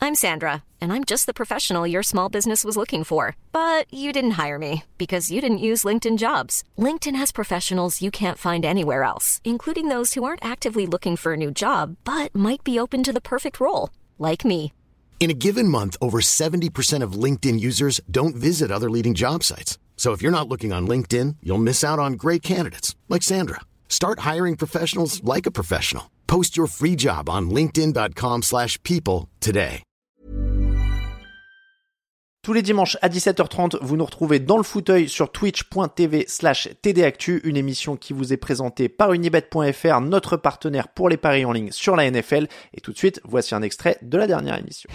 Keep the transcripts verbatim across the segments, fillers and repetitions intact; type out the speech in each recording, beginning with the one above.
I'm Sandra, and I'm just the professional your small business was looking for. But you didn't hire me because you didn't use LinkedIn Jobs. LinkedIn has professionals you can't find anywhere else, including those who aren't actively looking for a new job, but might be open to the perfect role, like me. In a given month, over seventy percent of LinkedIn users don't visit other leading job sites. So if you're not looking on LinkedIn, you'll miss out on great candidates like Sandra. Start hiring professionals like a professional. Post your free job on linkedin dot com slash people today. Tous les dimanches à dix-sept heures trente, vous nous retrouvez dans le fauteuil sur twitch.tv slash tdactu, une émission qui vous est présentée par unibet point f r, notre partenaire pour les paris en ligne sur la N F L. Et tout de suite, voici un extrait de la dernière émission.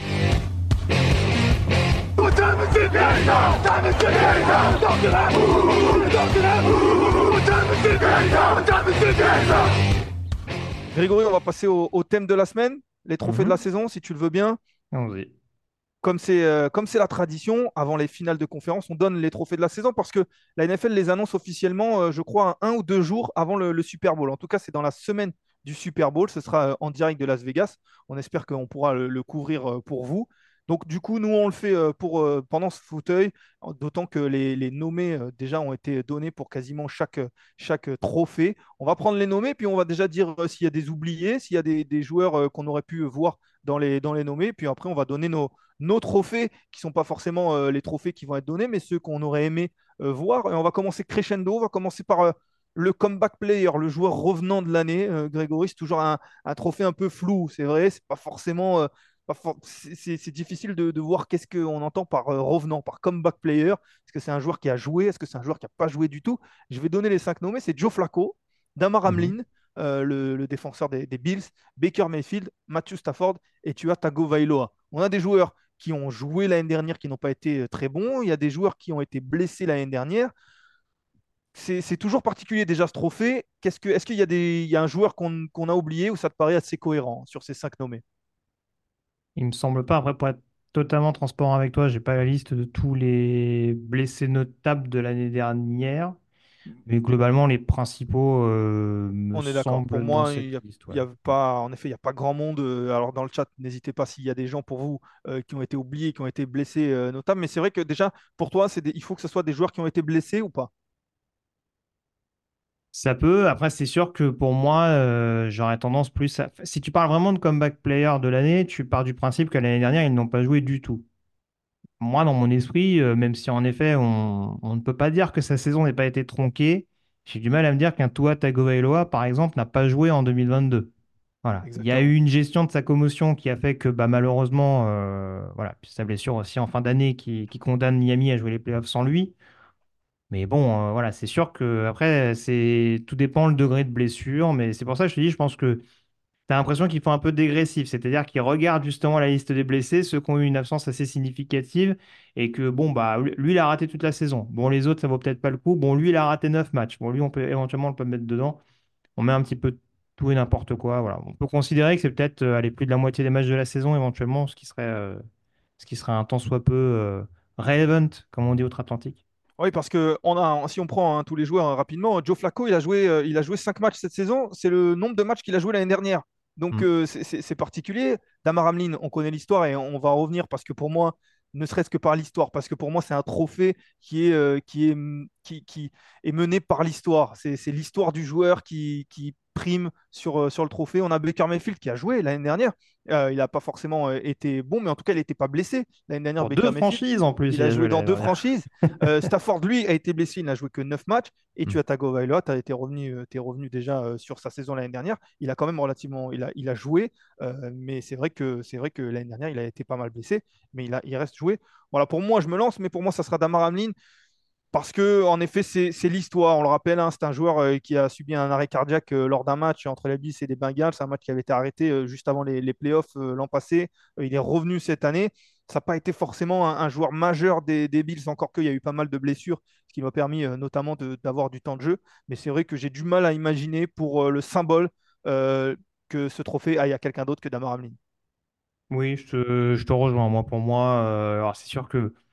Grégory, on va passer au, au thème de la semaine, les trophées Mhm. de la saison, si tu le veux bien. Allons-y. Comme c'est euh, comme c'est la tradition, avant les finales de conférence, on donne les trophées de la saison parce que la N F L les annonce officiellement, euh, je crois, un, un ou deux jours avant le, le Super Bowl. En tout cas, c'est dans la semaine du Super Bowl. Ce sera euh, en direct de Las Vegas. On espère qu'on pourra le, le couvrir euh, pour vous. Donc, du coup, nous, on le fait euh, pour, euh, pendant ce fauteuil, d'autant que les, les nommés euh, déjà ont été donnés pour quasiment chaque, chaque euh, trophée. On va prendre les nommés, puis on va déjà dire euh, s'il y a des oubliés, s'il y a des, des joueurs euh, qu'on aurait pu voir dans les, dans les nommés. Puis après, on va donner nos, nos trophées, qui ne sont pas forcément euh, les trophées qui vont être donnés, mais ceux qu'on aurait aimé euh, voir. Et on va commencer crescendo, on va commencer par euh, le comeback player, le joueur revenant de l'année. Euh, Grégory, c'est toujours un, un trophée un peu flou, c'est vrai, c'est pas forcément... euh, pas for- c'est c'est- c'est difficile de, de voir qu'est-ce qu'on entend par euh, revenant, par comeback player. Est-ce que c'est un joueur qui a joué? Est-ce que c'est un joueur qui n'a pas joué du tout? Je vais donner les cinq nommés. C'est Joe Flacco, Damar Mhm. Hamlin, euh, le, le défenseur des, des Bills, Baker Mayfield, Matthew Stafford et Tua Tagovailoa. On a des joueurs qui ont joué l'année dernière qui n'ont pas été euh, très bons. Il y a des joueurs qui ont été blessés l'année dernière. C'est c'est toujours particulier déjà ce trophée. Qu'est-ce que, est-ce qu'il y a des, il y a un joueur qu'on qu'on a oublié ou ça te paraît assez cohérent sur ces cinq nommés? Il me semble pas. Après, pour être totalement transparent avec toi, j'ai pas la liste de tous les blessés notables de l'année dernière, mais globalement, les principaux euh, me On est d'accord. Pour semblent dans moi, il cette y a, liste. il y Ouais. a pas, en effet, il n'y a pas grand monde. euh, Alors, dans le chat, n'hésitez pas s'il y a des gens pour vous euh, qui ont été oubliés, qui ont été blessés, euh, notables. Mais c'est vrai que déjà, pour toi, c'est des- il faut que ce soit des joueurs qui ont été blessés ou pas. Ça peut. Après, c'est sûr que pour moi, euh, j'aurais tendance plus à... Si tu parles vraiment de comeback player de l'année, tu pars du principe que l'année dernière, ils n'ont pas joué du tout. Moi, dans mon esprit, euh, même si en effet, on, on ne peut pas dire que sa saison n'ait pas été tronquée, j'ai du mal à me dire qu'un Tua Tagovailoa, par exemple, n'a pas joué en deux mille vingt-deux. Voilà. Il y a eu Exactement. une gestion de sa commotion qui a fait que bah, malheureusement, euh, voilà, puis sa blessure aussi en fin d'année qui, qui condamne Miami à jouer les playoffs sans lui. Mais bon, euh, voilà, c'est sûr que après, c'est tout dépend le degré de blessure. Mais c'est pour ça que je te dis, je pense que tu as l'impression qu'ils font un peu dégressif, c'est-à-dire qu'ils regardent justement la liste des blessés, ceux qui ont eu une absence assez significative, et que bon, bah, lui, il a raté toute la saison. Bon, les autres, ça vaut peut-être pas le coup. Bon, lui, il a raté neuf matchs. Bon, lui, on peut éventuellement le peut mettre dedans. On met un petit peu tout et n'importe quoi. Voilà. On peut considérer que c'est peut-être euh, aller plus de la moitié des matchs de la saison, éventuellement, ce qui serait, euh, ce qui serait un tant soit peu euh, relevant, comme on dit outre-Atlantique. Oui, parce que on a, si on prend hein, tous les joueurs hein, rapidement, Joe Flacco, il a joué, euh, il a joué cinq matchs cette saison. C'est le nombre de matchs qu'il a joué l'année dernière. Donc Mm. euh, c'est c'est- c'est particulier. Damar Hamlin, on connaît l'histoire et on va en revenir parce que pour moi, ne serait-ce que par l'histoire, parce que pour moi, c'est un trophée qui est, euh, qui est, qui, qui est mené par l'histoire. C'est c'est l'histoire du joueur qui, qui prime sur, euh, sur le trophée. On a Baker Mayfield qui a joué l'année dernière. Euh, il n'a pas forcément euh, été bon, mais en tout cas, il n'était pas blessé. L'année dernière, Pour deux Baker Mayfield, franchises en plus, il il a a joué joué dans l'année deux dernière. franchises. Euh, Stafford, lui, a été blessé, il n'a joué que neuf matchs. Et Mm. tu as Tagovailoa, tu as été revenu, euh, t'es revenu déjà euh, sur sa saison l'année dernière. Il a quand même relativement, il a, il a joué, euh, mais c'est vrai que c'est vrai que l'année dernière, il a été pas mal blessé, mais il a, il reste joué. Voilà, pour moi, je me lance, mais pour moi, ça sera Damar Hamlin. Parce que, en effet, c'est c'est l'histoire. On le rappelle, hein, c'est un joueur euh, qui a subi un arrêt cardiaque euh, lors d'un match entre les Bills et les Bengals. C'est un match qui avait été arrêté euh, juste avant les, les playoffs euh, l'an passé. Euh, il est revenu cette année. Ça n'a pas été forcément un, un joueur majeur des, des Bills, encore qu'il y a eu pas mal de blessures, ce qui m'a permis euh, notamment de- d'avoir du temps de jeu. Mais c'est vrai que j'ai du mal à imaginer pour euh, le symbole euh, que ce trophée aille à quelqu'un d'autre que Damar Hamlin. Oui, je te, je te rejoins. Moi, pour moi, euh, alors c'est sûr que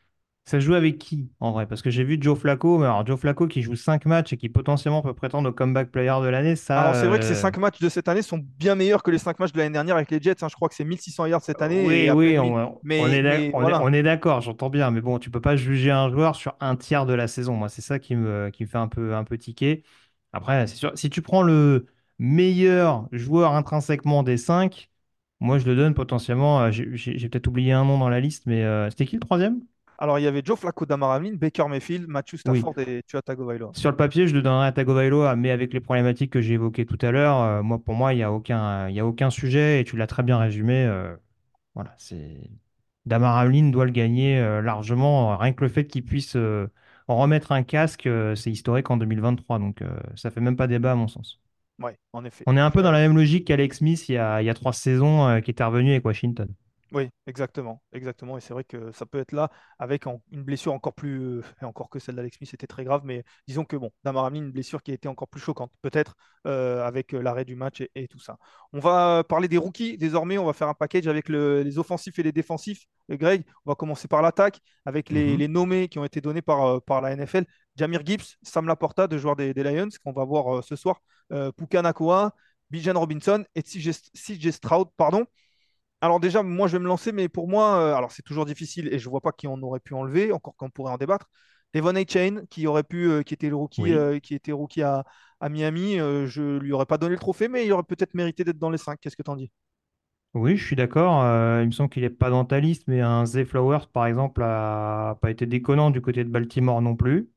Ça joue avec qui, en vrai? Parce que j'ai vu Joe Flacco, mais alors Joe Flacco qui joue cinq matchs et qui potentiellement peut prétendre au comeback player de l'année, ça. Alors, c'est vrai que ces euh, cinq matchs de cette année sont bien meilleurs que les cinq matchs de l'année dernière avec les Jets, hein. Je crois que c'est mille six cents yards cette année et Oui, à peine oui, mille. on, on Mais, est d'ac- mais on est, voilà. on est d'accord, j'entends bien, mais bon, tu peux pas juger un joueur sur un tiers de la saison. Moi, c'est ça qui me, qui me fait un peu, un peu tiquer. Après, c'est sûr, si tu prends le meilleur joueur intrinsèquement des cinq, moi, je le donne potentiellement. euh, J'ai j'ai- j'ai peut-être oublié un nom dans la liste, mais euh, c'était qui le troisième? Alors, il y avait Joe Flacco, Damar Hamlin, Baker Mayfield, Matthew Oui. Stafford et Tua Tagovailoa. Sur le papier, je le donnerais à Tagovailoa, mais avec les problématiques que j'ai évoquées tout à l'heure, euh, moi, pour moi, il n'y a aucun, il y a aucun sujet et tu l'as très bien résumé. euh, voilà, c'est Damar Hamlin doit le gagner euh, largement. Rien que le fait qu'il puisse euh, en remettre un casque, euh, c'est historique en deux mille vingt-trois, donc euh, ça fait même pas débat à mon sens. Oui, en effet. On est un peu dans Euh, la même logique qu'Alex Smith il y a, il y a trois saisons euh, qui était revenu avec Washington. Oui, exactement, exactement. Et c'est vrai que ça peut être là avec en- une blessure encore plus, euh, et encore que celle d'Alex Smith était très grave, mais disons que bon, Damar Hamlin, une blessure qui a été encore plus choquante, peut-être euh, avec euh, l'arrêt du match et, et tout ça. On va parler des rookies désormais. On va faire un package avec le- les offensifs et les défensifs. Et Greg, on va commencer par l'attaque avec les, Mhm. les nommés qui ont été donnés par, euh, par la N F L. Jamir Gibbs, Sam Laporta, deux joueurs des, des Lions qu'on va voir euh, ce soir, euh, Puka Nacua, Bijan Robinson et C J C J Stroud, pardon. Alors déjà, moi, je vais me lancer, mais pour moi, euh, alors c'est toujours difficile et je vois pas qui on aurait pu enlever, encore qu'on pourrait en débattre. Devon A-Chain, qui aurait pu, euh, qui était le rookie, Oui. euh, qui était rookie à, à Miami, euh, je lui aurais pas donné le trophée, mais il aurait peut-être mérité d'être dans les cinq. Qu'est-ce que t'en dis? Oui, je suis d'accord. Euh, il me semble qu'il n'est pas dans ta liste, mais un Zay Flowers, par exemple, a pas été déconnant du côté de Baltimore non plus.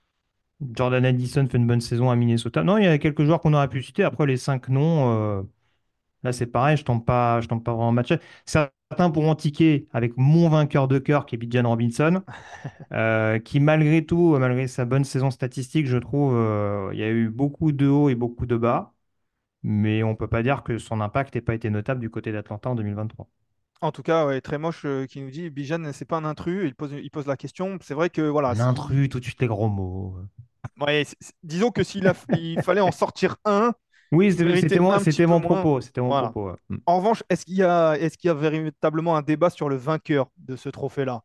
Jordan Addison fait une bonne saison à Minnesota. Non, il y a quelques joueurs qu'on aurait pu citer. Après, les cinq noms, euh, là, c'est pareil, je tombe pas, je tombe pas vraiment match. Certains pourront tiquer avec mon vainqueur de cœur, qui est Bijan Robinson, euh, qui, malgré tout, malgré sa bonne saison statistique, je trouve, euh, il y a eu beaucoup de hauts et beaucoup de bas. Mais on peut pas dire que son impact n'ait pas été notable du côté d'Atlanta en deux mille vingt-trois. En tout cas, ouais, très moche euh, qui nous dit Bijan, c'est pas un intrus. Il pose, il pose la question. C'est vrai que voilà, Un si, intrus, tout de suite les gros mots. ouais, c'est- c'est- disons que s'il a, il fallait en sortir un, Oui, il c'était c'était méritait mon, un petit c'était peu mon moins. propos. C'était mon Voilà. propos. Ouais. Mm. En revanche, est-ce qu'il y a, est-ce qu'il y a véritablement un débat sur le vainqueur de ce trophée-là?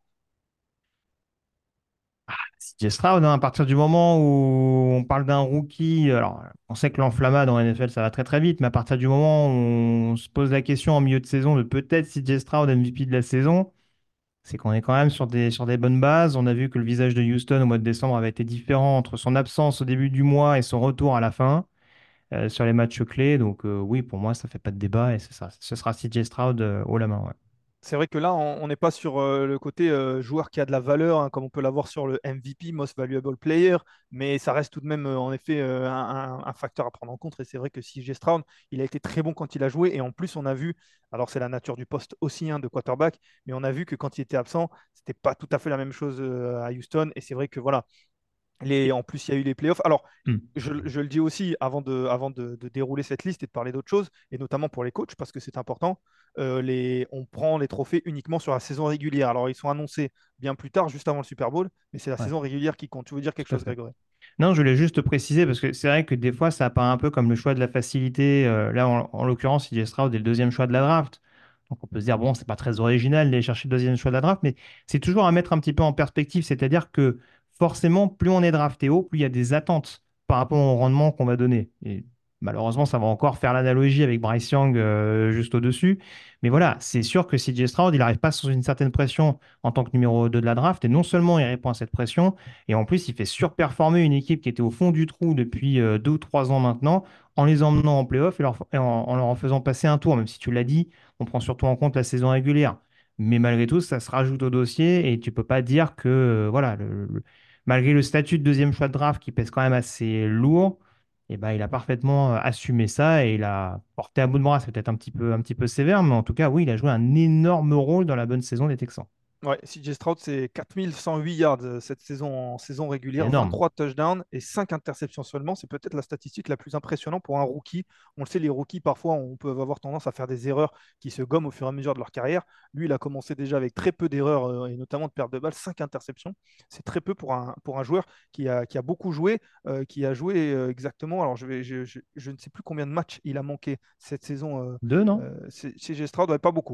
C J Stroud, hein, à partir du moment où on parle d'un rookie, alors on sait que l'enflammade en N F L ça va très très vite, mais à partir du moment où on se pose la question en milieu de saison de peut-être C J Stroud M V P de la saison, c'est qu'on est quand même sur des, sur des bonnes bases. On a vu que le visage de Houston au mois de décembre avait été différent entre son absence au début du mois et son retour à la fin euh, sur les matchs clés. Donc euh, oui, pour moi, ça fait pas de débat et c'est ça. Ce sera C J Stroud euh, haut la main. Ouais. C'est vrai que là, on on n'est pas sur euh, le côté euh, joueur qui a de la valeur, hein, comme on peut l'avoir sur le M V P, Most Valuable Player, mais ça reste tout de même, euh, en effet, euh, un, un- un facteur à prendre en compte. Et c'est vrai que C J Stroud, il a été très bon quand il a joué. Et en plus, on a vu, alors c'est la nature du poste aussi, hein, de quarterback, mais on a vu que quand il était absent, c'était pas tout à fait la même chose euh, à Houston. Et c'est vrai que voilà, les, en plus, il y a eu les playoffs. Alors, Hmm. je, je le dis aussi avant de, avant de, de dérouler cette liste et de parler d'autres choses, et notamment pour les coachs, parce que c'est important, euh, les, on prend les trophées uniquement sur la saison régulière. Alors, ils sont annoncés bien plus tard, juste avant le Super Bowl, mais c'est la Ouais, saison régulière qui compte. Tu veux dire quelque tout à chose, fait. Grégory? Non, je voulais juste préciser parce que c'est vrai que des fois, ça apparaît un peu comme le choix de la facilité. Euh, là, en, en l'occurrence, C J Stroud est le deuxième choix de la draft. Donc, on peut se dire, bon, c'est pas très original d'aller chercher le deuxième choix de la draft, mais c'est toujours à mettre un petit peu en perspective. C'est-à-dire que forcément, plus on est drafté haut, plus il y a des attentes par rapport au rendement qu'on va donner. Et malheureusement, ça va encore faire l'analogie avec Bryce Young euh, juste au-dessus. Mais voilà, c'est sûr que C J Stroud, il n'arrive pas sous une certaine pression en tant que numéro deux de la draft. Et non seulement il répond à cette pression, et en plus, il fait surperformer une équipe qui était au fond du trou depuis euh, deux ou trois ans maintenant, en les emmenant en playoff et, leur- et en, en leur en faisant passer un tour. Même si tu l'as dit, on prend surtout en compte la saison régulière. Mais malgré tout, ça se rajoute au dossier et tu peux pas dire que, euh, voilà, le- le- malgré le statut de deuxième choix de draft qui pèse quand même assez lourd, eh ben, il a parfaitement euh, assumé ça et il a porté à bout de bras. C'est peut-être un petit peu, un petit peu sévère, mais en tout cas, oui, il a joué un énorme rôle dans la bonne saison des Texans. Ouais, C J Stroud, c'est quatre mille cent huit yards euh, cette saison en saison C'est régulière, énorme. vingt-trois touchdowns et cinq interceptions seulement. C'est peut-être la statistique la plus impressionnante pour un rookie. On le sait, les rookies, parfois, on peut avoir tendance à faire des erreurs qui se gomment au fur et à mesure de leur carrière. Lui, il a commencé déjà avec très peu d'erreurs euh, et notamment de pertes de balles, cinq interceptions. C'est très peu pour un, pour un joueur qui a, qui a beaucoup joué, euh, qui a joué euh, exactement. Alors, je, vais, je, je, je ne sais plus combien de matchs il a manqué cette saison. Euh, Deux, non? euh, C J Stroud, ouais, pas beaucoup.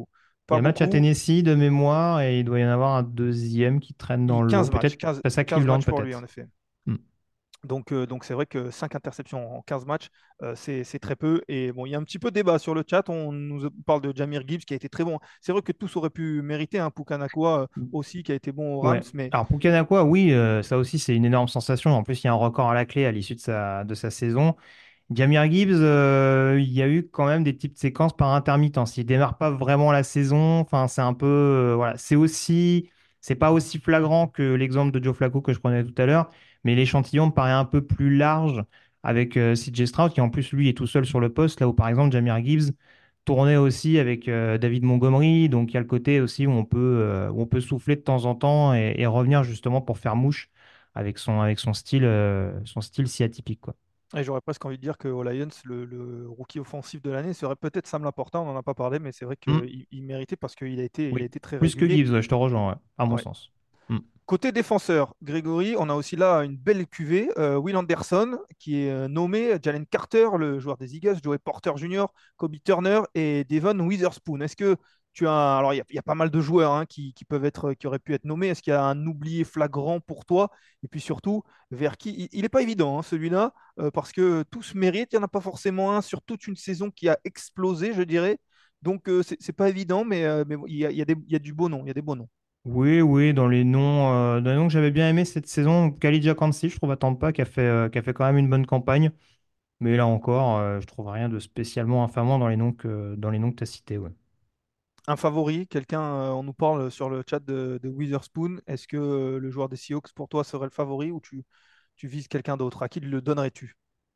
Il y pas a le match à beaucoup. Tennessee de mémoire et il doit y en avoir un deuxième qui traîne dans Il- le lot. quinze matchs, Peut-être quinze, face à quinze Cleveland, matchs pour lui, en peut-être. effet. Hmm. Donc, euh, donc c'est vrai que cinq interceptions en quinze matchs, euh, c'est c'est très peu. Et bon, il y a un petit peu de débat sur le chat. On nous parle de Jahmyr Gibbs qui a été très bon. C'est vrai que tous auraient pu mériter un hein, Puka Nacua euh, aussi qui a été bon aux Rams, Ouais. mais Alors pour Kanakwa, oui, euh, ça aussi c'est une énorme sensation. En plus, il y a un record à la clé à l'issue de sa, de sa saison. Jahmyr Gibbs, euh, il y a eu quand même des petites séquences par intermittence. Il démarre pas vraiment la saison. Enfin, c'est un peu, euh, voilà, c'est aussi, c'est pas aussi flagrant que l'exemple de Joe Flacco que je prenais tout à l'heure, mais l'échantillon me paraît un peu plus large avec euh, C J Stroud qui en plus lui est tout seul sur le poste, là où par exemple Jahmyr Gibbs tournait aussi avec euh, David Montgomery. Donc il y a le côté aussi où on peut, euh, où on peut souffler de temps en temps et, et revenir justement pour faire mouche avec son, avec son style, euh, son style si atypique, quoi. et j'aurais presque envie de dire qu'aux Lions, le, le rookie offensif de l'année serait peut-être Sam Laporta. On n'en a pas parlé, mais c'est vrai Hmm. qu'il il méritait parce qu'il a été, il a Oui, été très plus que régulier. Gibbs, ouais, je te rejoins, ouais, à mon Ouais. sens. Hmm. Côté défenseur, Grégory, on a aussi là une belle cuvée. Euh, Will Anderson, qui est euh, nommé, Jalen Carter, le joueur des Eagles, Joey Porter junior, Kobe Turner et Devon Witherspoon. Est-ce que tu as. Alors, il y, a- il y a pas mal de joueurs hein, qui, qui peuvent être, qui auraient pu être nommés. Est-ce qu'il y a un oublié flagrant pour toi? Et puis surtout, vers qui. Il n'est pas évident, hein, celui-là, euh, parce que tous méritent. Il n'y en a pas forcément un sur toute une saison qui a explosé, je dirais. Donc, euh, c'est c'est pas évident, mais, euh, mais bon, il y a, il y a des- il y a du beau nom. Il y a des beaux noms. Oui, oui, dans les noms, euh, dans les noms que j'avais bien aimé cette saison, Khalid Kansi, je trouve à Tampa, qui a fait, euh, qui a fait quand même une bonne campagne. Mais là encore, euh, je trouve rien de spécialement infamant dans les noms que, dans les noms que tu as cités. Ouais. Un favori, quelqu'un, euh, on nous parle sur le chat de, de Witherspoon. Est-ce que euh, le joueur des Seahawks pour toi serait le favori ou tu, tu vises quelqu'un d'autre? À qui le donnerais-tu?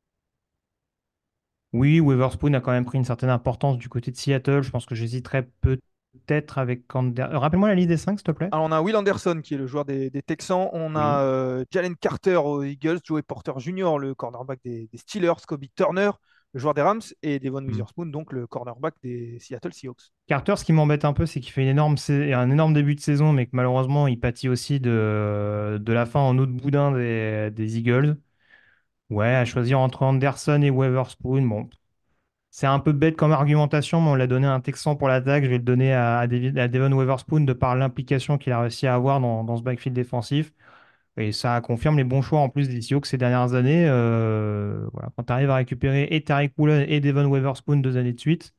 Oui, Witherspoon a quand même pris une certaine importance du côté de Seattle. Je pense que j'hésiterais peut-être avec Ander- euh, Rappelle-moi la liste des cinq, s'il te plaît. Alors, on a Will Anderson qui est le joueur des, des Texans. On a Oui. euh, Jalen Carter aux Eagles, Joey Porter junior, le cornerback des, des Steelers, Kobe Turner, le joueur des Rams, et Devon Hmm. Witherspoon, donc le cornerback des Seattle Seahawks. Carter, ce qui m'embête un peu, c'est qu'il fait une énorme sa- un énorme début de saison, mais que malheureusement, il pâtit aussi de, de la fin en eau de boudin des, des Eagles. Ouais, à choisir entre Anderson et Witherspoon, bon, c'est un peu bête comme argumentation, mais on l'a donné à un Texan pour l'attaque. Je vais le donner à, à David- à Devon Witherspoon de par l'implication qu'il a réussi à avoir dans, dans ce backfield défensif. Et ça confirme les bons choix en plus des Seahawks ces dernières années. Euh, voilà, quand tu arrives à récupérer et Tariq Woolen et Devon Witherspoon deux années de suite,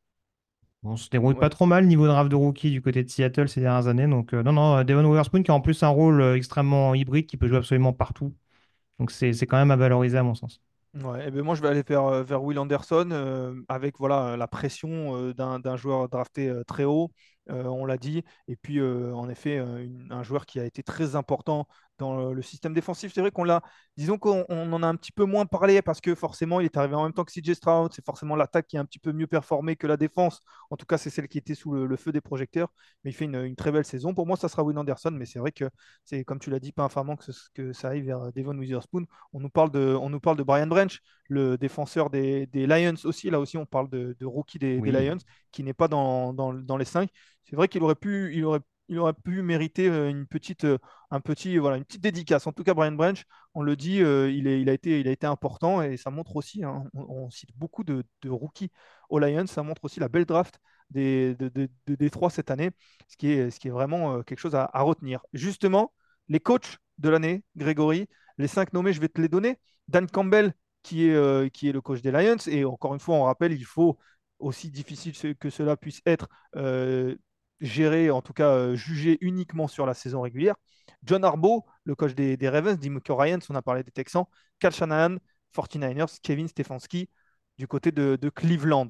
on se débrouille pas Ouais. trop mal niveau draft de rookie du côté de Seattle ces dernières années. Donc, euh, non, non, Devon Witherspoon qui a en plus un rôle euh, extrêmement hybride, qui peut jouer absolument partout. Donc, c'est c'est quand même à valoriser à mon sens. Ouais, et ben moi je vais aller vers, euh, vers Will Anderson euh, avec voilà, la pression euh, d'un d'un joueur drafté euh, très haut, euh, on l'a dit, et puis euh, en effet euh, une- un joueur qui a été très important dans le, le système défensif. C'est vrai qu'on l'a, disons qu'on on en a un petit peu moins parlé parce que forcément il est arrivé en même temps que C J Stroud, c'est forcément l'attaque qui est un petit peu mieux performée que la défense, en tout cas c'est celle qui était sous le, le feu des projecteurs, mais il fait une, une très belle saison. Pour moi ça sera Will Anderson, mais c'est vrai que c'est comme tu l'as dit, pas infamant que, ce- que ça aille vers Devon Witherspoon. On nous parle de, on nous parle de Brian Branch, le défenseur des, des Lions aussi. Là aussi, on parle de, de rookie des, des Oui. Lions, qui n'est pas dans, dans, dans les cinq. C'est vrai qu'il aurait pu, il aurait, il aurait pu mériter euh, une petite, euh, un petit, voilà, une petite dédicace. En tout cas, Brian Branch, on le dit, euh, il, est, il, a été, il a été important et ça montre aussi, hein, on, on cite beaucoup de, de rookies aux Lions, ça montre aussi la belle draft des, de, de, de Détroit cette année, ce qui est, ce qui est vraiment euh, quelque chose à, à retenir. Justement, les coachs de l'année, Grégory, les cinq nommés, je vais te les donner. Dan Campbell, qui est, euh, qui est le coach des Lions. Et encore une fois, on rappelle, il faut, aussi difficile ce- que cela puisse être, euh, géré, en tout cas euh, jugé uniquement sur la saison régulière. John Harbaugh, le coach des, des Ravens, D'Amico Ryans, on a parlé des Texans, Cal Shanahan, forty-niners, Kevin Stefanski du côté de, de Cleveland.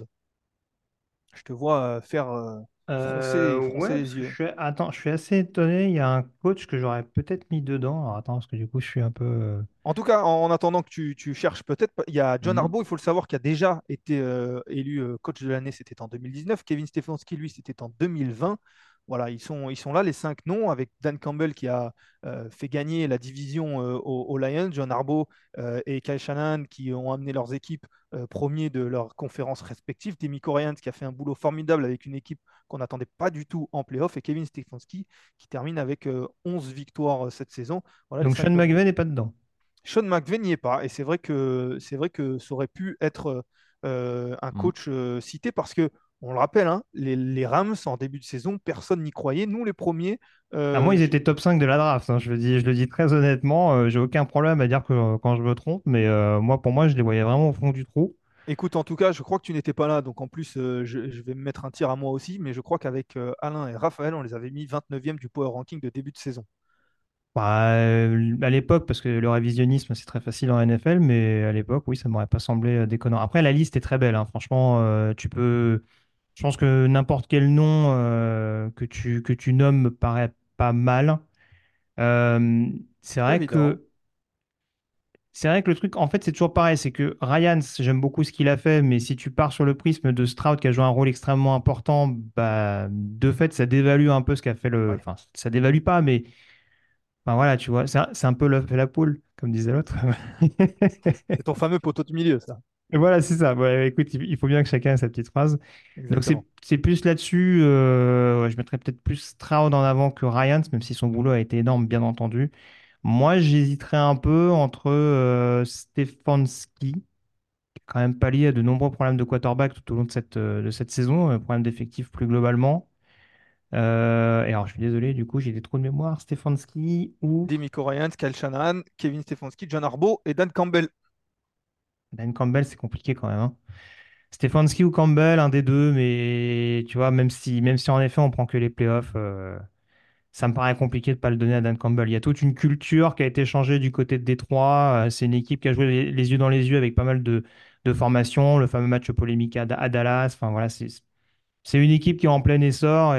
Je te vois euh, faire euh, Euh, froncer, froncer ouais, parce les que je yeux. suis, attends, je suis assez étonné. Il y a un coach que j'aurais peut-être mis dedans. Alors attends, parce que du coup, je suis un peu. euh, En tout cas, en, en attendant que tu, tu cherches peut-être, il y a John hmm. Harbaugh, il faut le savoir, qui a déjà été euh, élu euh, coach de l'année, c'était en deux mille dix-neuf. Kevin Stefanski, lui, c'était en deux mille vingt. Voilà, ils sont, ils sont là, les cinq noms, avec Dan Campbell qui a euh, fait gagner la division euh, aux, aux Lions, John Harbaugh euh, et Kyle Shanahan qui ont amené leurs équipes euh, premiers de leurs conférences respectives, D'Amico Ryans qui a fait un boulot formidable avec une équipe qu'on n'attendait pas du tout en playoff, et Kevin Stefanski qui termine avec euh, onze victoires euh, cette saison. Voilà les Donc cinq Sean noms. McVay n'est pas dedans. Sean McVay n'y est pas. Et c'est vrai que c'est vrai que ça aurait pu être euh, un Hmm. coach euh, cité parce que on le rappelle, hein, les, les Rams, en début de saison, personne n'y croyait. Nous, les premiers, Ah, moi, euh, ils je- étaient top cinq de la draft, hein, je le dis, je le dis très honnêtement. Euh, j'ai aucun problème à dire que euh, quand je me trompe, mais euh, moi, pour moi, je les voyais vraiment au fond du trou. écoute, en tout cas, je crois que tu n'étais pas là. Donc, en plus, euh, je, je vais me mettre un tir à moi aussi. Mais je crois qu'avec euh, Alain et Raphaël, on les avait mis vingt-neuvième du Power Ranking de début de saison. Bah, euh, à l'époque, parce que le révisionnisme, c'est très facile en N F L, mais à l'époque, oui, ça m'aurait pas semblé euh, déconnant. Après, la liste est très belle, hein. Franchement, euh, tu peux. Je pense que n'importe quel nom euh, que tu, que tu nommes me paraît pas mal. Euh, c'est Pas vrai évident. que c'est vrai que le truc, en fait, c'est toujours pareil. C'est que Ryans, j'aime beaucoup ce qu'il a fait, mais si tu pars sur le prisme de Stroud qui a joué un rôle extrêmement important, bah, de fait, ça dévalue un peu ce qu'a fait le. Ouais. Enfin, ça dévalue pas, mais enfin, voilà, tu vois, c'est un, c'est un peu l'œuf et la poule, comme disait l'autre. C'est ton fameux poteau de milieu, ça. Et voilà, c'est ça. Ouais, écoute, il il faut bien que chacun ait sa petite phrase. Donc, c'est Exactement. c'est plus là-dessus. Euh, ouais, je mettrais peut-être plus Stroud en avant que Ryans, même si son boulot a été énorme, bien entendu. Moi, j'hésiterais un peu entre euh, Stefanski, qui a quand même pallié à de nombreux problèmes de quarterback tout au long de cette, euh, de cette saison, euh, problèmes d'effectifs plus globalement. Euh, et alors, je suis désolé, du coup, j'ai des trous de mémoire. Stefanski ou Demico Ryans, Kyle Shanahan, Kevin Stefanski, John Harbaugh et Dan Campbell. Dan Campbell, c'est compliqué quand même, hein. Stefanski ou Campbell, un des deux, mais tu vois, même si, même si en effet on prend que les playoffs, euh, ça me paraît compliqué de ne pas le donner à Dan Campbell. Il y a toute une culture qui a été changée du côté de Détroit. Euh, C'est une équipe qui a joué les, les yeux dans les yeux avec pas mal de, de formations, le fameux match polémique à, à Dallas. Enfin voilà, c'est, c'est une équipe qui est en plein essor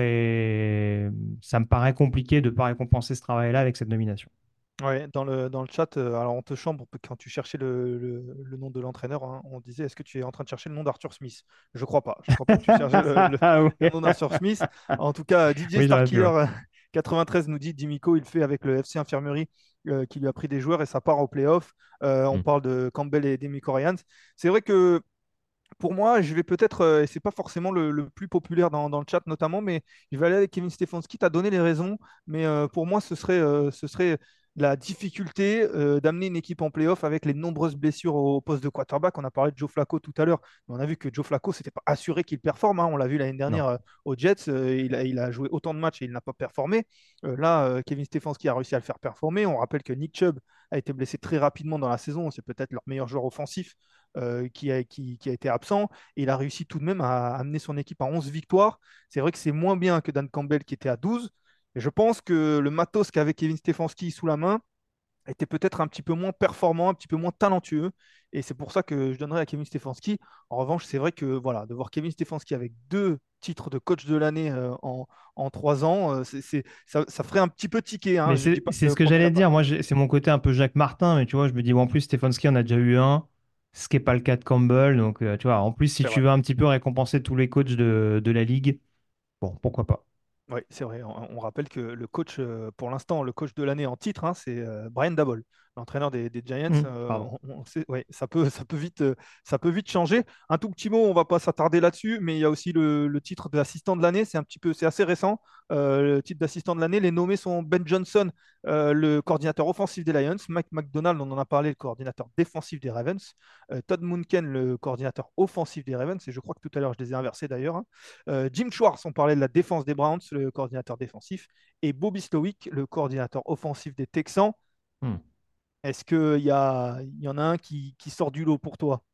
et ça me paraît compliqué de ne pas récompenser ce travail-là avec cette nomination. Ouais, dans le, dans le chat, euh, alors on te chambre quand tu cherchais le, le- le nom de l'entraîneur, hein, on disait est-ce que tu es en train de chercher le nom d'Arthur Smith? Je crois pas. Je crois pas que tu cherches le, le- le Ouais. nom d'Arthur Smith. En tout cas, Didier Oui, j'aurais pu, Starkiller ouais. euh, quatre-vingt-treize nous dit Dimico, il fait avec le F C Infirmerie euh, qui lui a pris des joueurs et ça part au playoff. Euh, on Hmm. parle de Campbell et Demico Ryans. C'est vrai que pour moi, je vais peut-être, euh, et c'est pas forcément le, le plus populaire dans, dans le chat notamment, mais je vais aller avec Kevin Stefanski. Tu as donné les raisons, mais euh, pour moi, ce serait, euh, ce serait la difficulté euh, d'amener une équipe en playoff avec les nombreuses blessures au poste de quarterback. On a parlé de Joe Flacco tout à l'heure, mais on a vu que Joe Flacco, c'était pas assuré qu'il performe, hein. On l'a vu l'année Non. dernière euh, aux Jets, euh, il a, il a joué autant de matchs et il n'a pas performé. Euh, là, euh, Kevin Stefanski a réussi à le faire performer. On rappelle que Nick Chubb a été blessé très rapidement dans la saison. C'est peut-être leur meilleur joueur offensif euh, qui, a, qui, qui a été absent. Et il a réussi tout de même à amener son équipe à onze victoires. C'est vrai que c'est moins bien que Dan Campbell qui était à douze. Et je pense que le matos qu'avait Kevin Stefanski sous la main était peut-être un petit peu moins performant, un petit peu moins talentueux. Et c'est pour ça que je donnerais à Kevin Stefanski. En revanche, c'est vrai que voilà, de voir Kevin Stefanski avec deux titres de coach de l'année euh, en, en trois ans, euh, c'est, c'est- ça, ça ferait un petit peu tiquer, hein. Mais Je ne dis c'est pas c'est que le ce que premier j'allais n'a pas. dire. Moi, j'ai- c'est mon côté un peu Jacques Martin, mais tu vois, je me dis, bon, en plus, Stefanski en a déjà eu un, ce qui n'est pas le cas de Campbell. Donc, euh, tu vois, en plus, si C'est tu vrai. veux un petit peu récompenser tous les coachs de, de la ligue, bon, pourquoi pas. Oui, c'est vrai. On, on rappelle que le coach, euh, pour l'instant, le coach de l'année en titre, hein, c'est euh, Brian Daboll, l'entraîneur des, des Giants. Hmm, Euh, pardon. on- on sait- ouais, ça peut, ça peut vite, euh, ça peut vite changer. Un tout petit mot, on va pas s'attarder là-dessus, mais il y a aussi le, le titre d'assistant de l'année. C'est un petit peu, c'est assez récent. Euh, le titre d'assistant de l'année, les nommés sont Ben Johnson, euh, le coordinateur offensif des Lions, Mike McDonald, on en a parlé, le coordinateur défensif des Ravens, euh, Todd Monken, le coordinateur offensif des Ravens, et je crois que tout à l'heure je les ai inversés d'ailleurs, hein. Euh, Jim Schwartz, on parlait de la défense des Browns, le coordinateur défensif, et Bobby Slowick, le coordinateur offensif des Texans. Hmm. Est-ce qu'il y, a, il y en a un qui, qui sort du lot pour toi?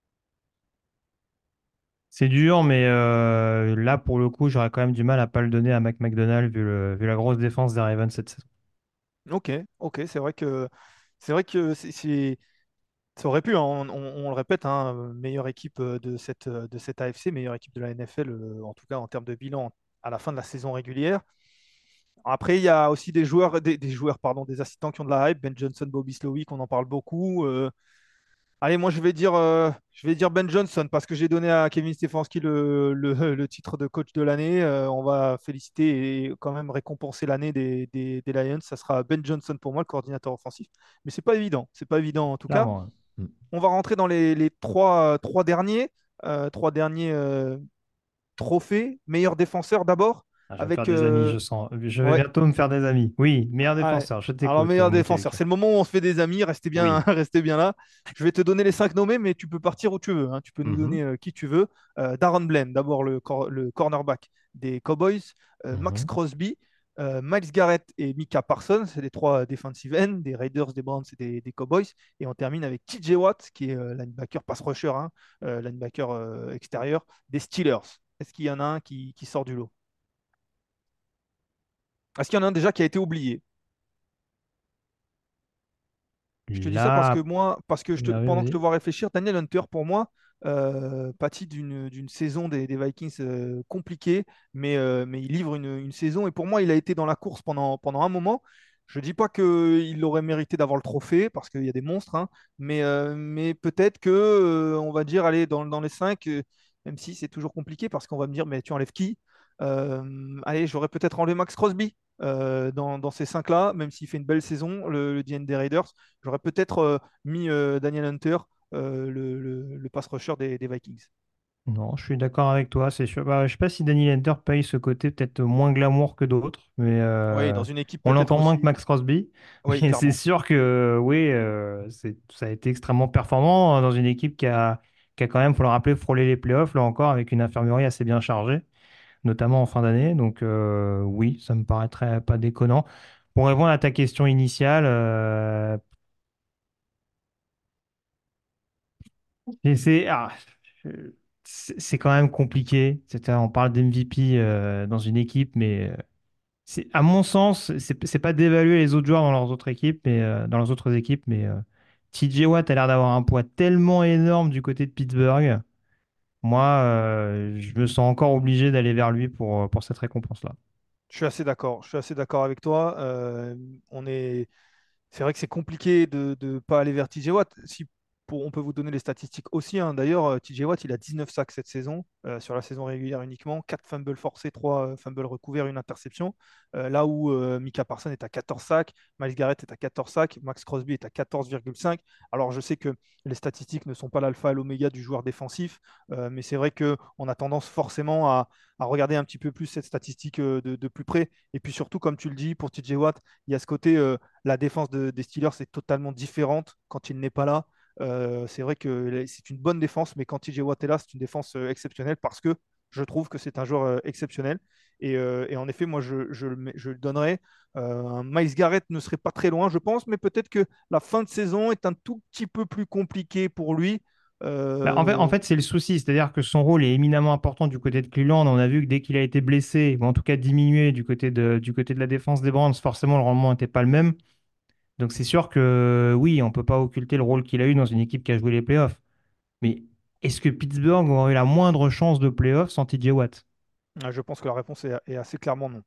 C'est dur, mais euh, là, pour le coup, j'aurais quand même du mal à pas le donner à Mac McDonald vu, le- vu la grosse défense des Ravens cette saison. Ok, ok, c'est vrai que c'est vrai que c'est, c'est- ça aurait pu, hein, on, on- on le répète, hein, meilleure équipe euh, de cette, euh, de cette A F C, meilleure équipe de la N F L, euh, en tout cas en termes de bilan à la fin de la saison régulière. Après, il y a aussi des joueurs, des, des joueurs, pardon, des assistants qui ont de la hype. Ben Johnson, Bobby Slowick, on en parle beaucoup. Euh, Allez, moi je vais dire, euh, je vais dire Ben Johnson parce que j'ai donné à Kevin Stefanski le, le- le titre de coach de l'année. Euh, on va féliciter et quand même récompenser l'année des, des- des Lions. Ça sera Ben Johnson pour moi, le coordinateur offensif. Mais c'est pas évident. C'est pas évident en tout cas. Clairement, ouais. Hmm. On va rentrer dans les, les trois, trois derniers, euh, trois derniers euh, trophées. Meilleur défenseur d'abord. Ah, je vais me faire avec... des amis, euh, je sens. Je vais ouais, bientôt me faire des amis. Oui, meilleur ah, ouais. défenseur, je Alors, t'écoute, meilleur mon défenseur, Khalid. c'est le moment où on se fait des amis, restez bien, Oui. restez bien là. Je vais te donner les cinq nommés, mais tu peux partir où tu veux, hein. Tu peux nous Mhm, donner euh, qui tu veux. Euh, Darren Bland, d'abord le, cor- le cornerback des Cowboys. Euh, Max mhm. Crosby, euh, Miles Garrett et Micah Parsons, c'est les trois defensive ends des Raiders, des Browns et des, des Cowboys. Et on termine avec T J Watt, qui est euh, linebacker pass rusher, hein, euh, linebacker euh, extérieur des Steelers. Est-ce qu'il y en a un qui, qui sort du lot? Est-ce qu'il y en a un déjà qui a été oublié? Je te dis ça parce que Là, moi, parce que je te, là, oui, pendant que je te vas-y. vois réfléchir, Daniel Hunter, pour moi, euh, pâtit d'une d'une saison des, des Vikings euh, compliquée, mais, euh, mais il livre une, une saison et pour moi, il a été dans la course pendant, pendant un moment. Je ne dis pas qu'il aurait mérité d'avoir le trophée parce qu'il y a des monstres, hein, mais, euh, mais peut-être que, euh, on va dire, aller dans, dans les cinq, euh, même si c'est toujours compliqué parce qu'on va me dire, mais tu enlèves qui? Euh, allez, j'aurais peut-être enlevé Max Crosby euh, dans, dans ces cinq-là, même s'il fait une belle saison, le, le D N des Raiders. J'aurais peut-être euh, mis euh, Daniel Hunter, euh, le, le- le pass rusher des, des Vikings. Non, je suis d'accord avec toi, c'est sûr. Bah, je sais pas si Danny Lenter paye ce côté peut-être moins glamour que d'autres, mais Oui, dans euh, une équipe on peut-être l'entend moins que aussi. Max Crosby. Oui, Mais c'est clairement. sûr que oui, euh, c'est, ça a été extrêmement performant dans une équipe qui a, qui a quand même, faut le rappeler, frôlé les playoffs, là encore, avec une infirmerie assez bien chargée, notamment en fin d'année. Donc euh, oui, ça me paraîtrait pas déconnant. Pour répondre à ta question initiale, euh, et c'est ah, euh, c'est c'est quand même compliqué. C'est- On parle d'M V P euh, dans une équipe, mais euh, c'est, à mon sens, c'est c'est pas d'évaluer les autres joueurs dans leurs autres équipes, mais euh, dans leurs autres équipes, mais euh, T J Watt a l'air d'avoir un poids tellement énorme du côté de Pittsburgh. Moi, euh, je me sens encore obligé d'aller vers lui pour, pour cette récompense-là. Je suis assez d'accord. Je suis assez d'accord avec toi. Euh, on est, C'est vrai que c'est compliqué de ne pas aller vers T J Watt. Si pour, on peut vous donner les statistiques aussi, hein. D'ailleurs, euh, T J Watt, il a dix-neuf sacs cette saison, euh, sur la saison régulière uniquement, quatre fumbles forcés, trois euh, fumbles recouverts, une interception. Euh, là où euh, Micah Parsons est à quatorze sacs, Miles Garrett est à quatorze sacs, Max Crosby est à quatorze virgule cinq. Alors, je sais que les statistiques ne sont pas l'alpha et l'oméga du joueur défensif, euh, mais c'est vrai qu'on a tendance forcément à, à regarder un petit peu plus cette statistique euh, de, de plus près. Et puis surtout, comme tu le dis, pour T J Watt, il y a ce côté, euh, la défense de- des Steelers est totalement différente quand il n'est pas là. Euh, c'est vrai que c'est une bonne défense, mais quand T J Watt est là, c'est une défense euh, exceptionnelle parce que je trouve que c'est un joueur euh, exceptionnel. Et, euh, et en effet, moi, je, je le mets- je le donnerais. Euh, un Miles Garrett ne serait pas très loin, je pense, mais peut-être que la fin de saison est un tout petit peu plus compliquée pour lui. Bah, en fait, en Euh, fait, c'est le souci, c'est-à-dire que son rôle est éminemment important du côté de Cleveland. On a vu que dès qu'il a été blessé, ou en tout cas diminué du côté de, du côté de la défense des Browns, forcément le rendement n'était pas le même. Donc c'est sûr que oui, on ne peut pas occulter le rôle qu'il a eu dans une équipe qui a joué les playoffs. Mais est-ce que Pittsburgh aurait eu la moindre chance de playoffs sans T J Watt? je pense que la réponse est, est assez clairement non.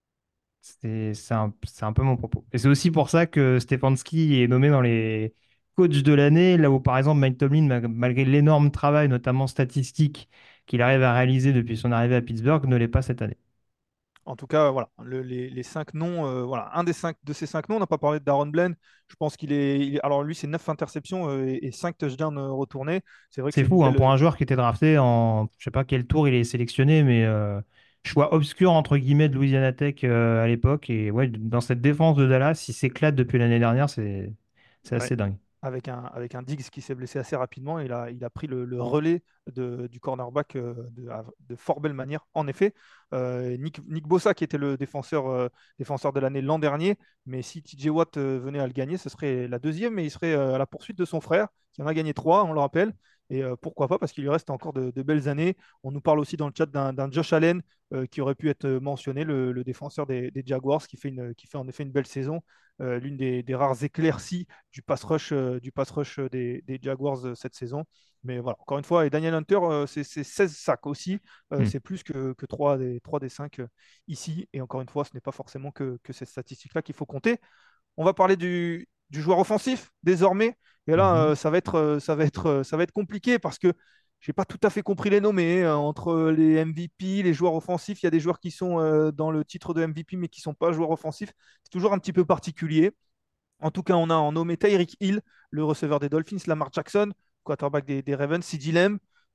C'est c'est un, c'est un peu mon propos. Et c'est aussi pour ça que Stefanski est nommé dans les coachs de l'année, là où par exemple Mike Tomlin, ma- malgré l'énorme travail, notamment statistique, qu'il arrive à réaliser depuis son arrivée à Pittsburgh, ne l'est pas cette année. En tout cas, voilà, le- les, les cinq noms, euh, voilà, un des cinq de ces cinq noms, on n'a pas parlé de Darren Bland. Je pense qu'il est, il est- alors lui, c'est neuf interceptions euh, et, et cinq touchdowns euh, retournés. C'est vrai que C'est c'est une fou, hein, belle. pour euh, un joueur qui était drafté en, je sais pas quel tour il est sélectionné, mais euh, choix obscur entre guillemets de Louisiana Tech euh, à l'époque. Et ouais, dans cette défense de Dallas, il s'éclate depuis l'année dernière, c'est c'est Ouais. assez dingue. Avec un, avec un Diggs qui s'est blessé assez rapidement. Il a, il a pris le, le relais de- du cornerback euh, de, de fort belle manière. En effet, euh, Nick, Nick Bossa, qui était le défenseur, euh, défenseur de l'année l'an dernier, mais si T J Watt euh, venait à le gagner, ce serait la deuxième, mais il serait euh, à la poursuite de son frère, qui en a gagné trois, on le rappelle. Et euh, pourquoi pas, parce qu'il lui reste encore de, de belles années. On nous parle aussi dans le chat d'un d'un Josh Allen euh, qui aurait pu être mentionné, le, le défenseur des, des Jaguars, qui fait, une, qui fait en effet une belle saison. Euh, l'une des, des rares éclaircies du pass rush, euh, du pass rush des, des Jaguars euh, cette saison. Mais voilà, encore une fois, et Daniel Hunter, euh, c'est c'est seize sacs aussi. Euh, Hmm. c'est plus que, que trois des, trois des cinq euh, ici. Et encore une fois, ce n'est pas forcément que, que cette statistique-là qu'il faut compter. On va parler du, du joueur offensif désormais. Et là, Mhm. euh, ça va être, euh, ça va être, euh, ça va être compliqué parce que j'ai pas tout à fait compris les nommés, hein. Entre les M V P, les joueurs offensifs, il y a des joueurs qui sont euh, dans le titre de M V P mais qui ne sont pas joueurs offensifs. C'est toujours un petit peu particulier. En tout cas, on a en nommé Tyreek Hill, le receveur des Dolphins, Lamar Jackson, quarterback des, des Ravens, CeeDee Lamb,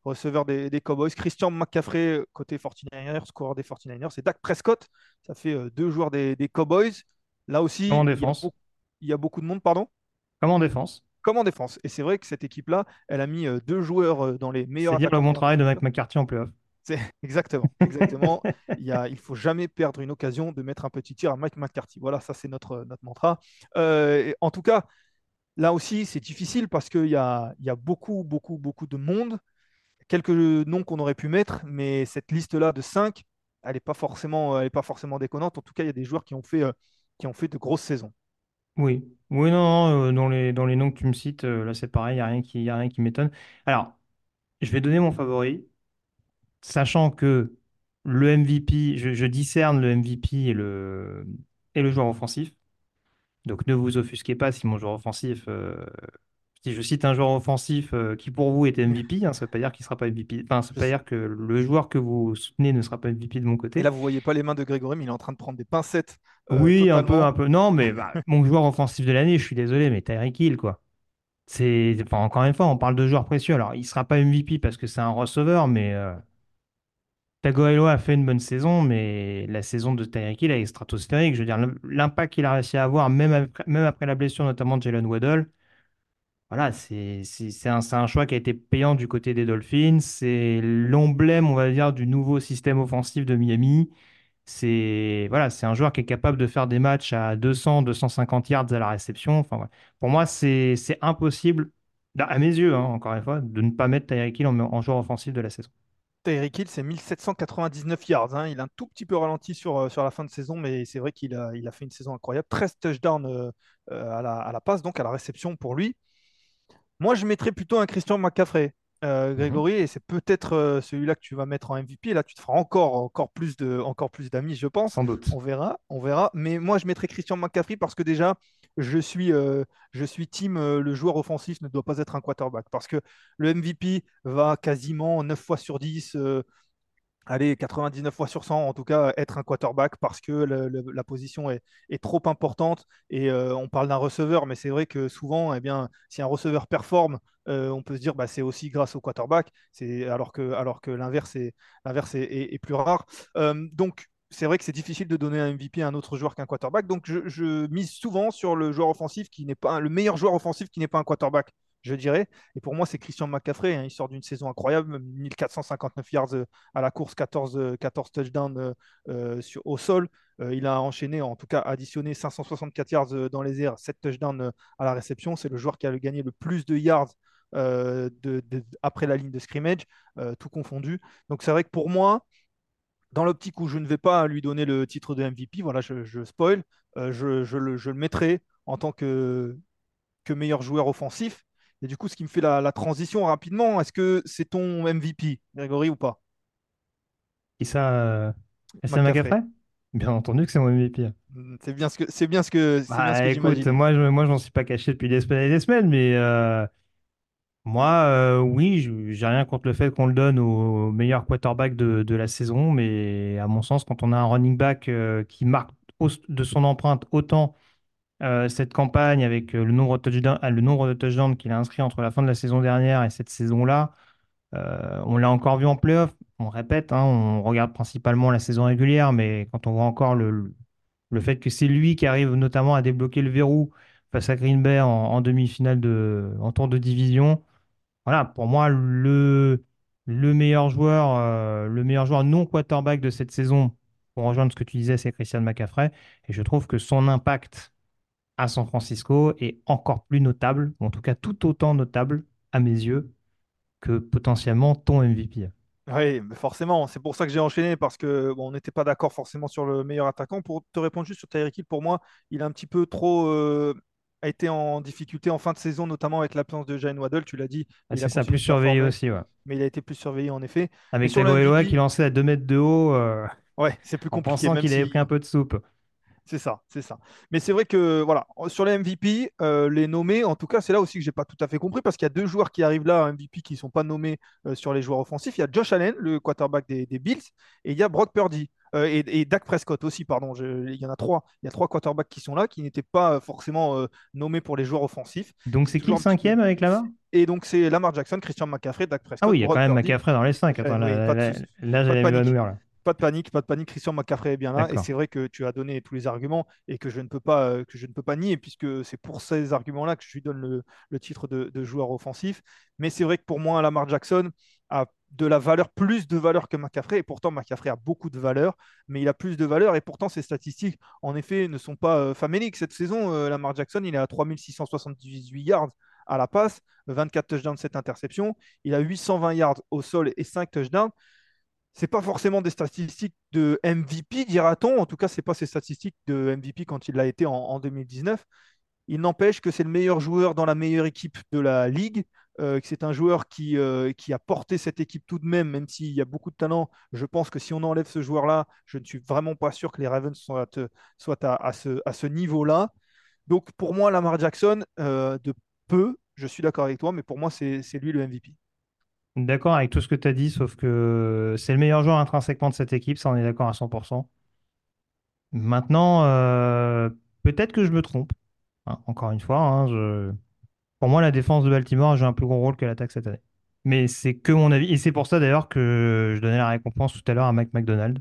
receveur des, des Cowboys. Christian McCaffrey, côté forty-niners, scoreur des forty-niners. Et Dak Prescott, ça fait euh, deux joueurs des, des Cowboys. Là Comme en aussi, il y a défense. beaucoup, il y a beaucoup de monde, pardon, Comme en défense. comme en défense. Et c'est vrai que cette équipe-là, elle a mis euh, deux joueurs euh, dans les meilleurs C'est dire le attaquants de bon la travail de ligue. Mike McCarthy en playoff. C'est exactement, exactement. Il y a, il faut jamais perdre une occasion de mettre un petit tir à Mike McCarthy. Voilà, ça c'est notre, notre mantra. Euh, et en tout cas, là aussi, c'est difficile parce qu'il y a, il y a beaucoup, beaucoup, beaucoup de monde. Quelques noms qu'on aurait pu mettre, mais cette liste-là de cinq, elle n'est pas forcément, elle est pas forcément déconnante. En tout cas, il y a des joueurs qui ont fait, euh, qui ont fait de grosses saisons. Oui, oui, non, non, euh, dans les, dans les noms que tu me cites, euh, là c'est pareil, il n'y a rien qui, y a rien qui m'étonne. Alors, je vais donner mon favori, sachant que le M V P, je, je discerne le M V P et le, et le joueur offensif. Donc ne vous offusquez pas si mon joueur offensif, euh, si je cite un joueur offensif euh, qui pour vous est M V P, hein, ça ne veut pas dire qu'il ne sera pas M V P. Enfin, ça ne veut Je pas sais- dire que le joueur que vous soutenez ne sera pas M V P de mon Et côté. là, vous voyez pas les mains de Grégory, mais il est en train de prendre des pincettes euh, Oui, un peu, totalement. un peu. Non, mais bah, mon joueur offensif de l'année, je suis désolé, mais Tyreek Hill, quoi. C'est, enfin, encore une fois, on parle de joueurs précieux. Alors, il ne sera pas M V P parce que c'est un receveur, mais euh, Tagovailoa a fait une bonne saison, mais la saison de Tyreek Hill elle est stratosphérique. Je veux dire, l'impact qu'il a réussi à avoir, même après, même après la blessure notamment de Jalen Waddle, voilà, c'est c'est- c'est un, c'est un choix qui a été payant du côté des Dolphins. C'est l'emblème, on va dire, du nouveau système offensif de Miami. C'est voilà, c'est un joueur qui est capable de faire des matchs à deux cents, deux cent cinquante yards à la réception. Enfin, voilà. Pour moi, c'est c'est impossible, à mes yeux, hein, encore une fois, de ne pas mettre Tyreek Hill en, en joueur offensif de la saison. Tyreek Hill, c'est mille sept cent quatre-vingt-dix-neuf yards, hein. Il a un tout petit peu ralenti sur, euh, sur la fin de saison, mais c'est vrai qu'il a, il a fait une saison incroyable. treize touchdowns euh, euh, à la, à la passe, donc à la réception pour lui. Moi, je mettrais plutôt un Christian McCaffrey, euh, Mhm. Grégory, et c'est peut-être euh, celui-là que tu vas mettre en M V P. Et là, tu te feras encore, encore plus de, encore plus d'amis, je pense. Sans doute. On verra, on verra. Mais moi, je mettrais Christian McCaffrey parce que déjà, je suis, euh, je suis team, euh, le joueur offensif ne doit pas être un quarterback. Parce que le M V P va quasiment neuf fois sur dix. euh, allez, quatre-vingt-dix-neuf fois sur cent, en tout cas, être un quarterback parce que le- le- la position est, est trop importante. Et euh, on parle d'un receveur, mais c'est vrai que souvent, eh bien, si un receveur performe, euh, on peut se dire bah, c'est aussi grâce au quarterback, c'est, alors que, alors que l'inverse est, l'inverse est, est- est plus rare. Euh, donc, c'est vrai que c'est difficile de donner un M V P à un autre joueur qu'un quarterback. Donc, je, je mise souvent sur le joueur offensif qui n'est pas un- le meilleur joueur offensif qui n'est pas un quarterback, je dirais. Et pour moi, c'est Christian McCaffrey, hein. Il sort d'une saison incroyable, mille quatre cent cinquante-neuf yards euh, à la course, quatorze, euh, quatorze touchdowns euh, euh, sur, au sol. Euh, il a enchaîné, en tout cas additionné cinq cent soixante-quatre yards euh, dans les airs, sept touchdowns euh, à la réception. C'est le joueur qui a gagné le plus de yards euh, de, de, après la ligne de scrimmage, euh, tout confondu. Donc c'est vrai que pour moi, dans l'optique où je ne vais pas lui donner le titre de M V P, voilà, je, je spoil, euh, je, je, le, je, le, mettrai en tant que, que meilleur joueur offensif. Et du coup, ce qui me fait la, la transition rapidement, est-ce que c'est ton M V P, Grégory, ou pas? Qui ça, euh... Christian McCaffrey. McCaffrey? Bien entendu que c'est mon M V P. Mm, C'est bien ce que c'est bien ce que c'est bien ce Bah que écoute, j'imagine. moi je moi j'en suis pas caché depuis des semaines et des semaines, mais euh, moi euh, oui, je- j'ai rien contre le fait qu'on le donne au meilleur quarterback de, de la saison, mais à mon sens, quand on a un running back euh, qui marque au- de son empreinte autant euh, cette campagne avec euh, le nombre de touchdowns, ah, le nombre de touchdowns qu'il a inscrit entre la fin de la saison dernière et cette saison-là, euh, on l'a encore vu en playoff. On répète, hein, on regarde principalement la saison régulière, mais quand on voit encore le, le fait que c'est lui qui arrive notamment à débloquer le verrou face à Green Bay en, en demi-finale de, en tour de division. Voilà, pour moi, le, le meilleur joueur, euh, le meilleur joueur non quarterback de cette saison, pour rejoindre ce que tu disais, c'est Christian McCaffrey. Et je trouve que son impact à San Francisco est encore plus notable, ou en tout cas tout autant notable à mes yeux, que potentiellement ton M V P. Oui, mais forcément, c'est pour ça que j'ai enchaîné parce que bon, on n'était pas d'accord forcément sur le meilleur attaquant. Pour te répondre juste sur Tyreek Hill, pour moi, il a un petit peu trop euh, a été en difficulté en fin de saison, notamment avec l'absence de Jalen Waddle. Tu l'as dit, Ah, il a c'est ça, continué plus de surveillé performer, aussi, ouais. mais il a été plus surveillé en effet. Mais Avec sur le Tagovailoa qui M V P, lançait à deux mètres de haut, euh, ouais, c'est plus en compliqué, pensant même qu'il avait pris un si peu de soupe. c'est ça, c'est ça. Mais c'est vrai que voilà, sur les M V P, euh, les nommés, en tout cas, c'est là aussi que j'ai pas tout à fait compris parce qu'il y a deux joueurs qui arrivent là, M V P, qui sont pas nommés euh, sur les joueurs offensifs. Il y a Josh Allen, le quarterback des, des Bills, et il y a Brock Purdy. Euh, et, et Dak Prescott aussi, pardon. Je- il y en a trois. Il y a trois quarterbacks qui sont là, qui n'étaient pas forcément euh, nommés pour les joueurs offensifs. Donc C'est c'est qui toujours le un petit peu. cinquième avec Lamar? Et donc, c'est Lamar Jackson, Christian McCaffrey, Dak Ah oui, Prescott, il y a quand Brock même Purdy. McCaffrey dans les cinq. Attends, Oui, là, pas de là, souci. là, Pas de j'allais panique. m'évanouir là. Pas de panique, pas de panique. Christian McCaffrey est bien là. Et D'accord. c'est vrai que tu as donné tous les arguments et que je ne peux pas, euh, que je ne peux pas nier, puisque c'est pour ces arguments-là que je lui donne le, le titre de, de joueur offensif. Mais c'est vrai que pour moi, Lamar Jackson a de la valeur, plus de valeur que McCaffrey. Et pourtant, McCaffrey a beaucoup de valeur, mais il a plus de valeur. Et pourtant, ses statistiques, en effet, ne sont pas euh, faméliques. Cette saison, euh, Lamar Jackson, il est à trois mille six cent soixante-dix-huit yards à la passe, vingt-quatre touchdowns, sept interceptions. Il a huit cent vingt yards au sol et cinq touchdowns. C'est pas forcément des statistiques de M V P, dira-t-on. En tout cas, c'est pas ses statistiques de M V P quand il l'a été en, en deux mille dix-neuf. Il n'empêche que c'est le meilleur joueur dans la meilleure équipe de la ligue, euh, que c'est un joueur qui, euh, qui a porté cette équipe tout de même, même s'il y a beaucoup de talent. Je pense que si on enlève ce joueur-là, je ne suis vraiment pas sûr que les Ravens soient, euh, soient à, à ce, à ce niveau-là. Donc pour moi, Lamar Jackson, euh, de peu, je suis d'accord avec toi, mais pour moi, c'est c'est lui le M V P. D'accord avec tout ce que tu as dit, sauf que c'est le meilleur joueur intrinsèquement de cette équipe, ça on est d'accord à cent pour cent. Maintenant, euh, peut-être que je me trompe. Hein, encore une fois, hein, je... pour moi, la défense de Baltimore a joué un plus gros rôle que l'attaque cette année. Mais c'est que mon avis. Et c'est pour ça d'ailleurs que je donnais la récompense tout à l'heure à Mike McDonald.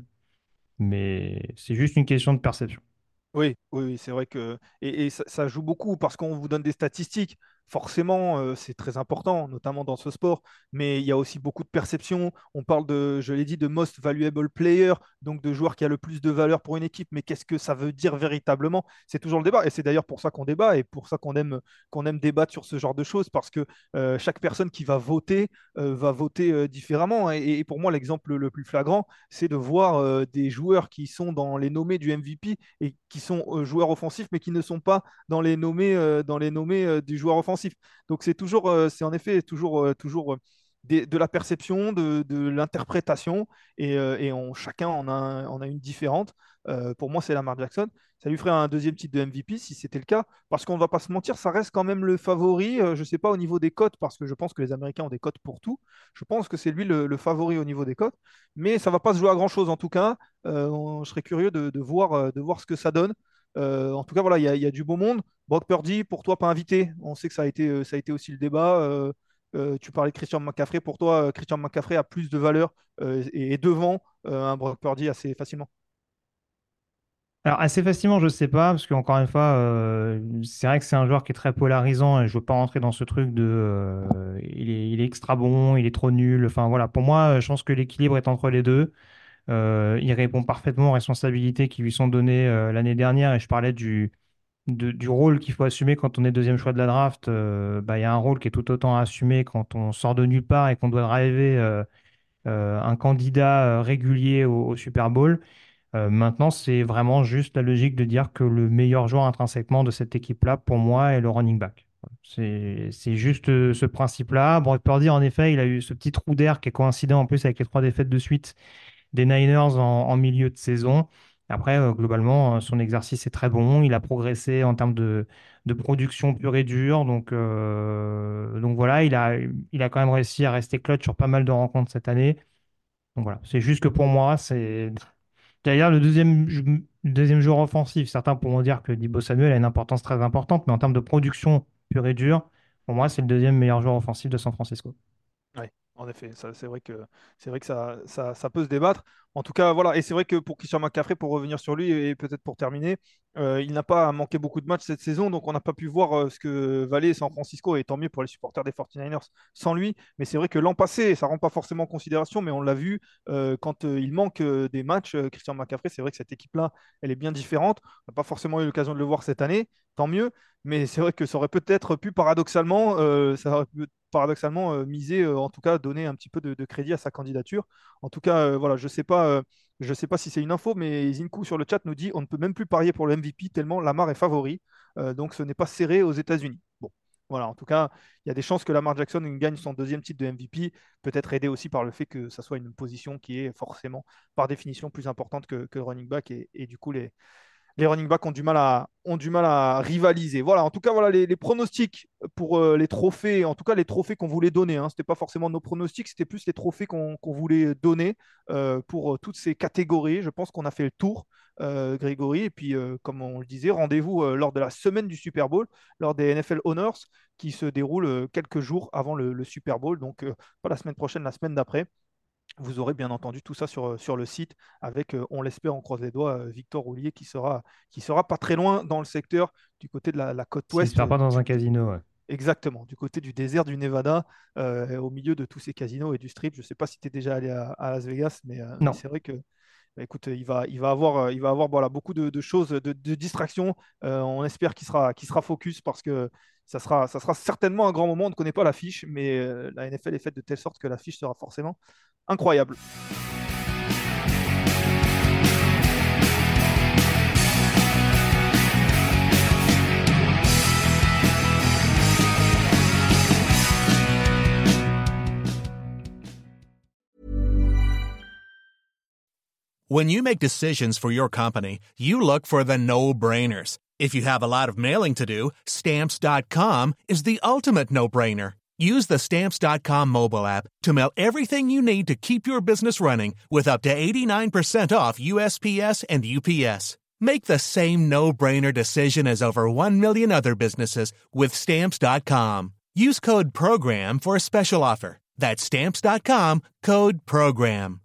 Mais c'est juste une question de perception. Oui, oui, oui, c'est vrai que et, et ça, ça joue beaucoup parce qu'on vous donne des statistiques. Forcément, euh, c'est très important, notamment dans ce sport. Mais il y a aussi beaucoup de perceptions. On parle de, je l'ai dit, de most valuable player, donc de joueur qui a le plus de valeur pour une équipe. Mais qu'est-ce que ça veut dire véritablement? C'est toujours le débat. Et c'est d'ailleurs pour ça qu'on débat et pour ça qu'on aime qu'on aime débattre sur ce genre de choses parce que euh, chaque personne qui va voter euh, va voter euh, différemment. Et, et pour moi, l'exemple le plus flagrant, c'est de voir euh, des joueurs qui sont dans les nommés du M V P et qui sont euh, joueurs offensifs, mais qui ne sont pas dans les nommés, euh, dans les nommés euh, du joueur offensif. Donc c'est toujours, euh, c'est en effet toujours, euh, toujours euh, des- de la perception, de, de l'interprétation, et, euh, et on, chacun en a, un- en a une différente. Euh, pour moi, c'est Lamar Jackson. Ça lui ferait un deuxième titre de M V P si c'était le cas, parce qu'on ne va pas se mentir, ça reste quand même le favori. Euh, je ne sais pas au niveau des cotes, parce que je pense que les Américains ont des cotes pour tout. Je pense que c'est lui le, le favori au niveau des cotes, mais ça ne va pas se jouer à grand-chose en tout cas. Euh, on- je serais curieux de, de voir, euh, de voir ce que ça donne. Euh, en tout cas, voilà, il y, a il y a du beau monde. Brock Purdy, pour toi, pas invité. On sait que ça a été, euh, ça a été aussi le débat. Euh, euh, tu parlais de Christian McCaffrey. Pour toi, euh, Christian McCaffrey a plus de valeur euh, et est devant euh, un Brock Purdy assez facilement. Alors, assez facilement, je ne sais pas, parce qu'encore une fois, euh, c'est vrai que c'est un joueur qui est très polarisant et je ne veux pas rentrer dans ce truc de euh, il est, il est extra bon, il est trop nul. Enfin, voilà, pour moi, je pense que l'équilibre est entre les deux. Euh, il répond parfaitement aux responsabilités qui lui sont données euh, l'année dernière et je parlais du, de- du rôle qu'il faut assumer quand on est deuxième choix de la draft. Euh, bah, il y a un rôle qui est tout autant à assumer quand on sort de nulle part et qu'on doit driver euh, euh, un candidat euh, régulier au au Super Bowl. Euh, maintenant, c'est vraiment juste la logique de dire que le meilleur joueur intrinsèquement de cette équipe-là, pour moi, est le running back. C'est, c'est juste euh, ce principe-là. Brock Purdy, en effet, il a eu ce petit trou d'air qui est coïncident en plus avec les trois défaites de suite des Niners en, en milieu de saison. Après, euh, globalement, euh, son exercice est très bon. Il a progressé en termes de, de production pure et dure. Donc, euh, donc voilà, il a, il a quand même réussi à rester clutch sur pas mal de rencontres cette année. Donc voilà, c'est juste que pour moi, c'est d'ailleurs, le deuxième, le deuxième joueur offensif, certains pourront dire que Deebo Samuel a une importance très importante, mais en termes de production pure et dure, pour moi, c'est le deuxième meilleur joueur offensif de San Francisco. Oui, en effet, ça, c'est vrai que, c'est vrai que ça, ça, ça peut se débattre. En tout cas, voilà. Et c'est vrai que pour Christian McCaffrey, pour revenir sur lui et peut-être pour terminer, euh, il n'a pas manqué beaucoup de matchs cette saison, donc on n'a pas pu voir euh, ce que valait San Francisco, et tant mieux pour les supporters des forty-niners sans lui. Mais c'est vrai que l'an passé, ça ne rend pas forcément en considération, mais on l'a vu euh, quand euh, il manque euh, des matchs, euh, Christian McCaffrey, c'est vrai que cette équipe-là, elle est bien différente. On n'a pas forcément eu l'occasion de le voir cette année, tant mieux. Mais c'est vrai que ça aurait peut-être pu paradoxalement, euh, ça aurait pu paradoxalement euh, miser, euh, en tout cas donner un petit peu de, de crédit à sa candidature. En tout cas, euh, voilà, je sais pas, euh, je sais pas si c'est une info, mais Zinku sur le chat nous dit on ne peut même plus parier pour le M V P tellement Lamar est favori. Euh, donc ce n'est pas serré aux États-Unis. Bon, voilà, en tout cas, il y a des chances que Lamar Jackson gagne son deuxième titre de M V P, peut-être aidé aussi par le fait que ça soit une position qui est forcément, par définition, plus importante que, que le running back et, et du coup les les running backs ont du mal à, ont du mal à rivaliser. Voilà, en tout cas, voilà les, les pronostics pour euh, les trophées, en tout cas les trophées qu'on voulait donner. Hein. Ce n'était pas forcément nos pronostics, c'était plus les trophées qu'on qu'on voulait donner euh, pour euh, toutes ces catégories. Je pense qu'on a fait le tour, euh, Grégory. Et puis, euh, comme on le disait, rendez-vous euh, lors de la semaine du Super Bowl, lors des N F L Honors, qui se déroulent euh, quelques jours avant le, le Super Bowl. Donc, euh, pas la semaine prochaine, la semaine d'après. Vous aurez bien entendu tout ça sur, sur le site avec, euh, on l'espère, on croise les doigts, euh, Victor Roulier qui sera, qui sera pas très loin dans le secteur du côté de la, la côte S'il se ouest. perd pas dans du- un casino, ouais. Exactement, du côté du désert du Nevada, euh, au milieu de tous ces casinos et du strip. Je ne sais pas si tu es déjà allé à, à Las Vegas, mais, euh, mais Non. c'est vrai que bah, écoute, il va, il va avoir, euh, il va avoir voilà, beaucoup de, de choses, de, de distractions. Euh, on espère qu'il sera, qu'il sera focus parce que ça sera, ça sera certainement un grand moment. On ne connaît pas l'affiche, mais euh, la N F L est faite de telle sorte que l'affiche sera forcément incroyable. When you make decisions for your company, you look for the no-brainers. If you have a lot of mailing to do, Stamps dot com is the ultimate no-brainer. Use the Stamps dot com mobile app to mail everything you need to keep your business running with up to eighty-nine percent off U S P S and U P S. Make the same no-brainer decision as over one million other businesses with Stamps dot com. Use code PROGRAM for a special offer. That's Stamps dot com, code PROGRAM.